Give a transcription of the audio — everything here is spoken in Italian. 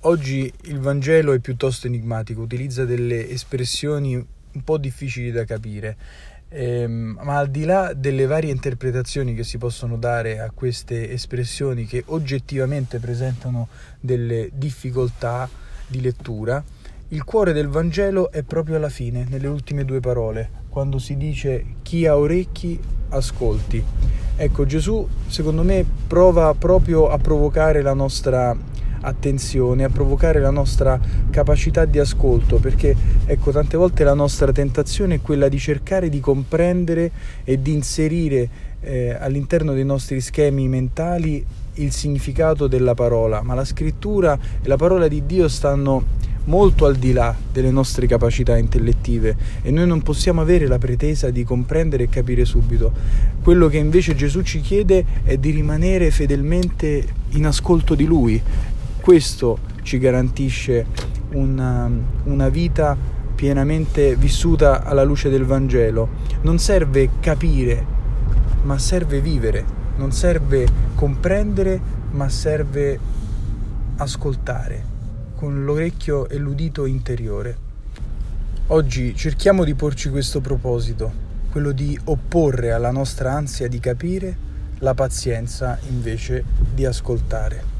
Oggi il Vangelo è piuttosto enigmatico, utilizza delle espressioni un po' difficili da capire, ma al di là delle varie interpretazioni che si possono dare a queste espressioni che oggettivamente presentano delle difficoltà di lettura, il cuore del Vangelo è proprio alla fine, nelle ultime due parole, quando si dice chi ha orecchi ascolti. Ecco, Gesù secondo me prova proprio a provocare la nostra attenzione, a provocare la nostra capacità di ascolto, perché ecco, tante volte la nostra tentazione è quella di cercare di comprendere e di inserire all'interno dei nostri schemi mentali il significato della parola, ma la scrittura e la parola di Dio stanno molto al di là delle nostre capacità intellettive e noi non possiamo avere la pretesa di comprendere e capire subito. Quello che invece Gesù ci chiede è di rimanere fedelmente in ascolto di Lui. Questo ci garantisce una vita pienamente vissuta alla luce del Vangelo. Non serve capire, ma serve vivere. Non serve comprendere, ma serve ascoltare con l'orecchio e l'udito interiore. Oggi cerchiamo di porci questo proposito, quello di opporre alla nostra ansia di capire la pazienza invece di ascoltare.